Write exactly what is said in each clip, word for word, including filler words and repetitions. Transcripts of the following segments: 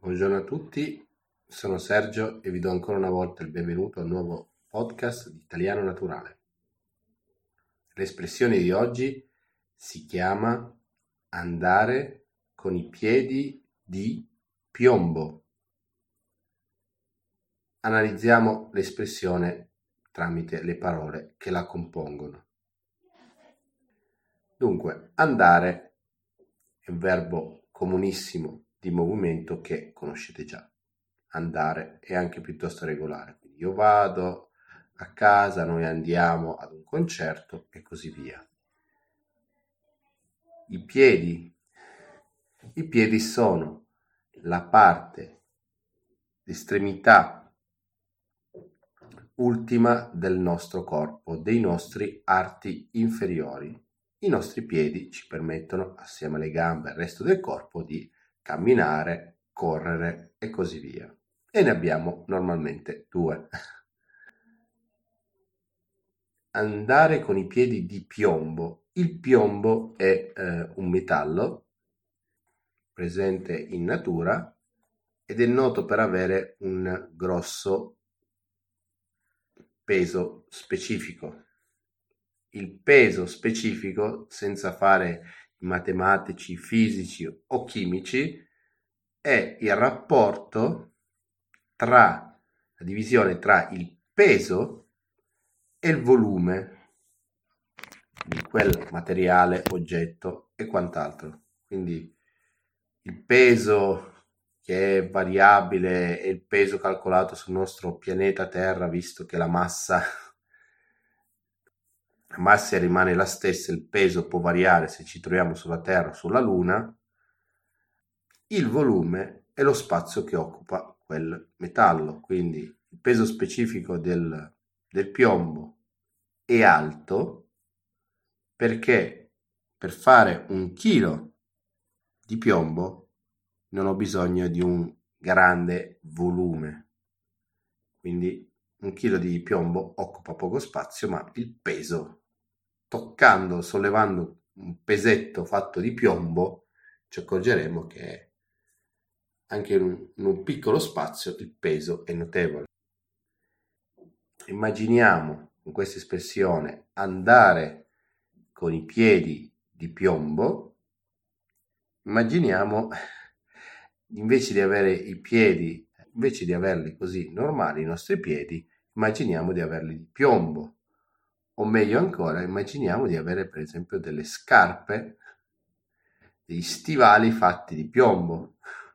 Buongiorno a tutti, sono Sergio e vi do ancora una volta il benvenuto al nuovo podcast di Italiano Naturale. L'espressione di oggi si chiama andare con i piedi di piombo. Analizziamo l'espressione tramite le parole che la compongono. Dunque, andare è un verbo comunissimo di movimento che conoscete già. Andare è anche piuttosto regolare, quindi io vado a casa, noi andiamo ad un concerto e così via. I piedi, i piedi sono la parte, l'estremità ultima del nostro corpo, dei nostri arti inferiori. I nostri piedi ci permettono, assieme alle gambe e al resto del corpo, di camminare, correre e così via. E ne abbiamo normalmente due. Andare con i piedi di piombo. Il piombo è eh, un metallo presente in natura ed è noto per avere un grosso peso specifico. Il peso specifico, senza fare i matematici, fisici o chimici, è il rapporto tra la divisione tra il peso e il volume di quel materiale, oggetto e quant'altro. Quindi il peso che è variabile è il peso calcolato sul nostro pianeta Terra, visto che la massa la massa rimane la stessa, il peso può variare se ci troviamo sulla Terra o sulla Luna. Il volume è lo spazio che occupa quel metallo, quindi il peso specifico del, del piombo è alto perché per fare un chilo di piombo non ho bisogno di un grande volume, quindi un chilo di piombo occupa poco spazio, ma il peso, toccando, sollevando un pesetto fatto di piombo, ci accorgeremo che anche in un, in un piccolo spazio il peso è notevole. Immaginiamo con questa espressione andare con i piedi di piombo. Immaginiamo invece di avere i piedi, invece di averli così normali i nostri piedi, immaginiamo di averli di piombo. O meglio ancora, immaginiamo di avere per esempio delle scarpe, dei stivali fatti di piombo.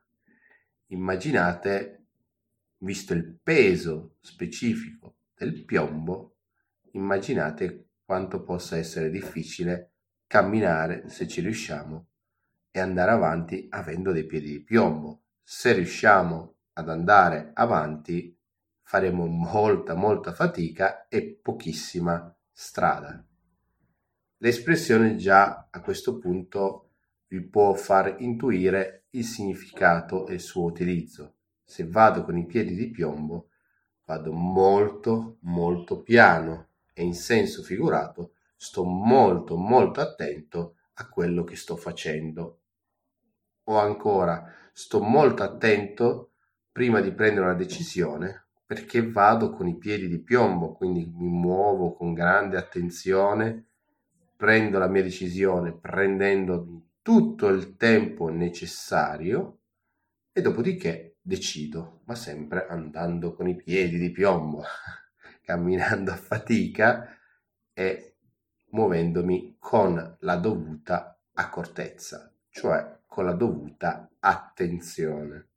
Immaginate, visto il peso specifico del piombo, immaginate quanto possa essere difficile camminare, se ci riusciamo, e andare avanti avendo dei piedi di piombo. Se riusciamo ad andare avanti, faremo molta, molta fatica e pochissima strada. L'espressione già a questo punto vi può far intuire il significato e il suo utilizzo. Se vado con i piedi di piombo, vado molto, molto piano e in senso figurato sto molto, molto attento a quello che sto facendo. O ancora, sto molto attento prima di prendere una decisione perché vado con i piedi di piombo, quindi mi muovo con grande attenzione, prendo la mia decisione prendendomi tutto il tempo necessario e dopodiché decido, ma sempre andando con i piedi di piombo, camminando a fatica e muovendomi con la dovuta accortezza, cioè con la dovuta attenzione.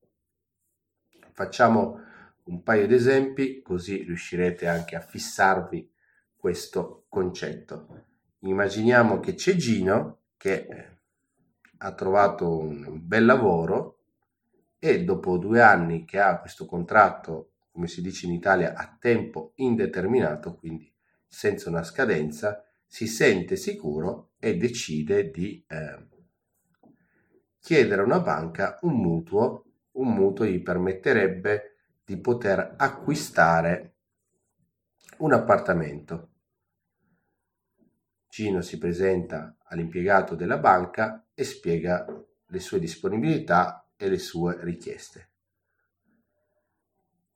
Facciamo un paio di esempi così riuscirete anche a fissarvi questo concetto. Immaginiamo che c'è Gino che ha trovato un bel lavoro e dopo due anni che ha questo contratto, come si dice in Italia, a tempo indeterminato, quindi senza una scadenza, si sente sicuro e decide di eh, chiedere a una banca un mutuo. Un mutuo gli permetterebbe di poter acquistare un appartamento. Gino si presenta all'impiegato della banca e spiega le sue disponibilità e le sue richieste.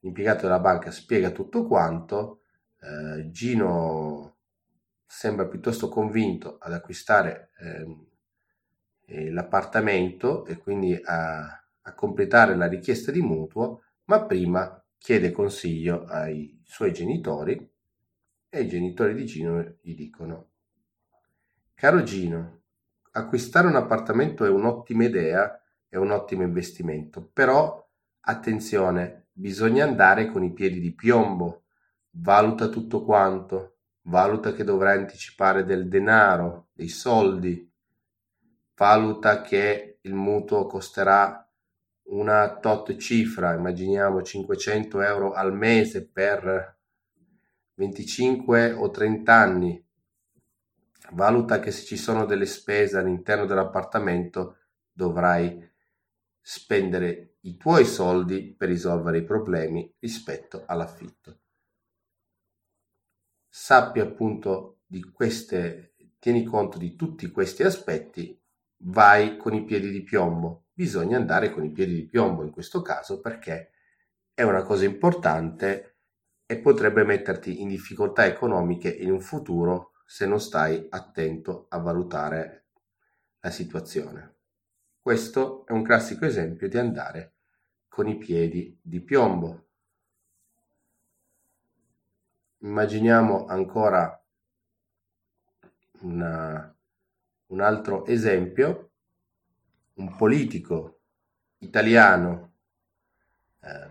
l'impiegato della banca spiega tutto quanto, eh, Gino sembra piuttosto convinto ad acquistare eh, eh, l'appartamento e quindi a, a completare la richiesta di mutuo, ma prima chiede consiglio ai suoi genitori e i genitori di Gino gli dicono: caro Gino, acquistare un appartamento è un'ottima idea, è un ottimo investimento, però attenzione, bisogna andare con i piedi di piombo, valuta tutto quanto, valuta che dovrai anticipare del denaro, dei soldi, valuta che il mutuo costerà una tot cifra, immaginiamo cinquecento euro al mese per venticinque o trenta anni. Valuta che se ci sono delle spese all'interno dell'appartamento dovrai spendere i tuoi soldi per risolvere i problemi rispetto all'affitto. Sappi appunto di queste, tieni conto di tutti questi aspetti, vai con i piedi di piombo. Bisogna andare con i piedi di piombo in questo caso perché è una cosa importante e potrebbe metterti in difficoltà economiche in un futuro se non stai attento a valutare la situazione. Questo è un classico esempio di andare con i piedi di piombo. Immaginiamo ancora una, un altro esempio, un politico italiano eh,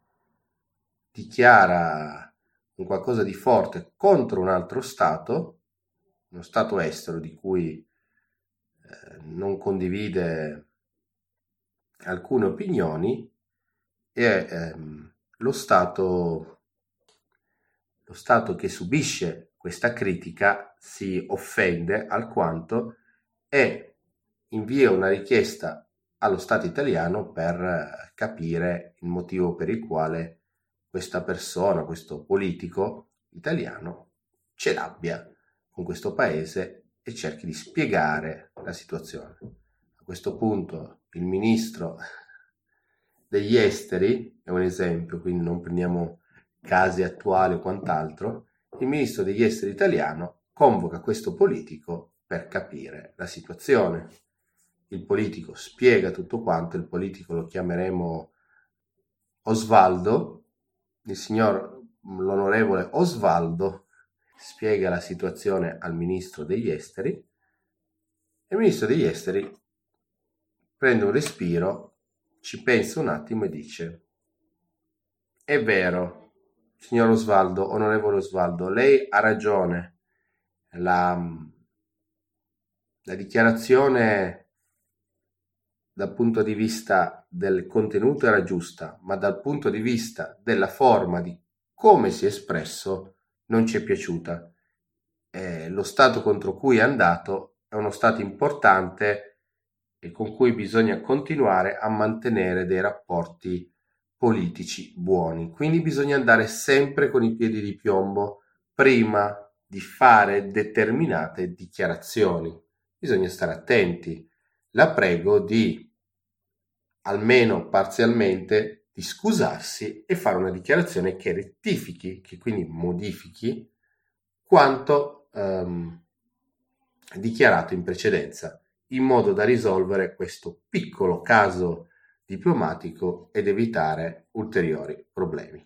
dichiara un qualcosa di forte contro un altro Stato, uno Stato estero di cui eh, non condivide alcune opinioni e ehm, lo Stato, lo Stato che subisce questa critica si offende alquanto e invia una richiesta allo Stato italiano per capire il motivo per il quale questa persona, questo politico italiano, ce l'abbia con questo paese e cerchi di spiegare la situazione. A questo punto il ministro degli esteri, è un esempio, quindi non prendiamo casi attuali o quant'altro, il ministro degli esteri italiano convoca questo politico per capire la situazione. Il politico spiega tutto quanto, il politico lo chiameremo Osvaldo, il signor l'onorevole Osvaldo spiega la situazione al ministro degli esteri e il ministro degli esteri prende un respiro, ci pensa un attimo e dice: è vero, signor Osvaldo, onorevole Osvaldo, lei ha ragione, la, la dichiarazione dal punto di vista del contenuto era giusta, ma dal punto di vista della forma, di come si è espresso, non ci è piaciuta. Eh, lo Stato contro cui è andato è uno Stato importante e con cui bisogna continuare a mantenere dei rapporti politici buoni. Quindi bisogna andare sempre con i piedi di piombo prima di fare determinate dichiarazioni. Bisogna stare attenti. La prego di, almeno parzialmente, di scusarsi e fare una dichiarazione che rettifichi, che quindi modifichi quanto ehm, dichiarato in precedenza, in modo da risolvere questo piccolo caso diplomatico ed evitare ulteriori problemi.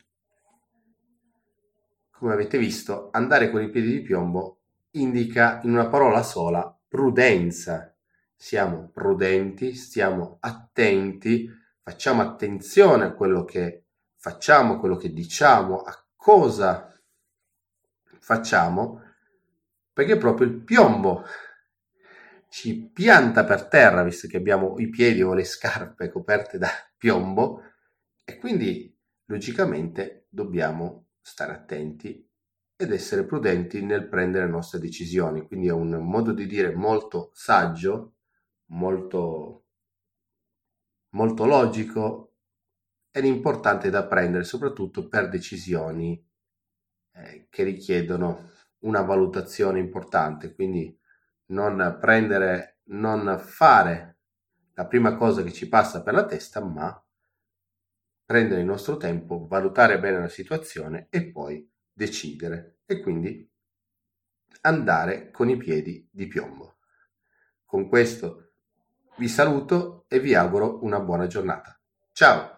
Come avete visto, andare con i piedi di piombo indica in una parola sola prudenza. Siamo prudenti, stiamo attenti, facciamo attenzione a quello che facciamo, a quello che diciamo, a cosa facciamo, perché proprio il piombo ci pianta per terra, visto che abbiamo i piedi o le scarpe coperte da piombo, e quindi logicamente dobbiamo stare attenti ed essere prudenti nel prendere le nostre decisioni. Quindi è un modo di dire molto saggio, molto, molto logico ed importante da prendere, soprattutto per decisioni eh, che richiedono una valutazione importante. Quindi non prendere, non fare la prima cosa che ci passa per la testa, ma prendere il nostro tempo, valutare bene la situazione e poi decidere, e quindi andare con i piedi di piombo. Con questo vi saluto e vi auguro una buona giornata. Ciao!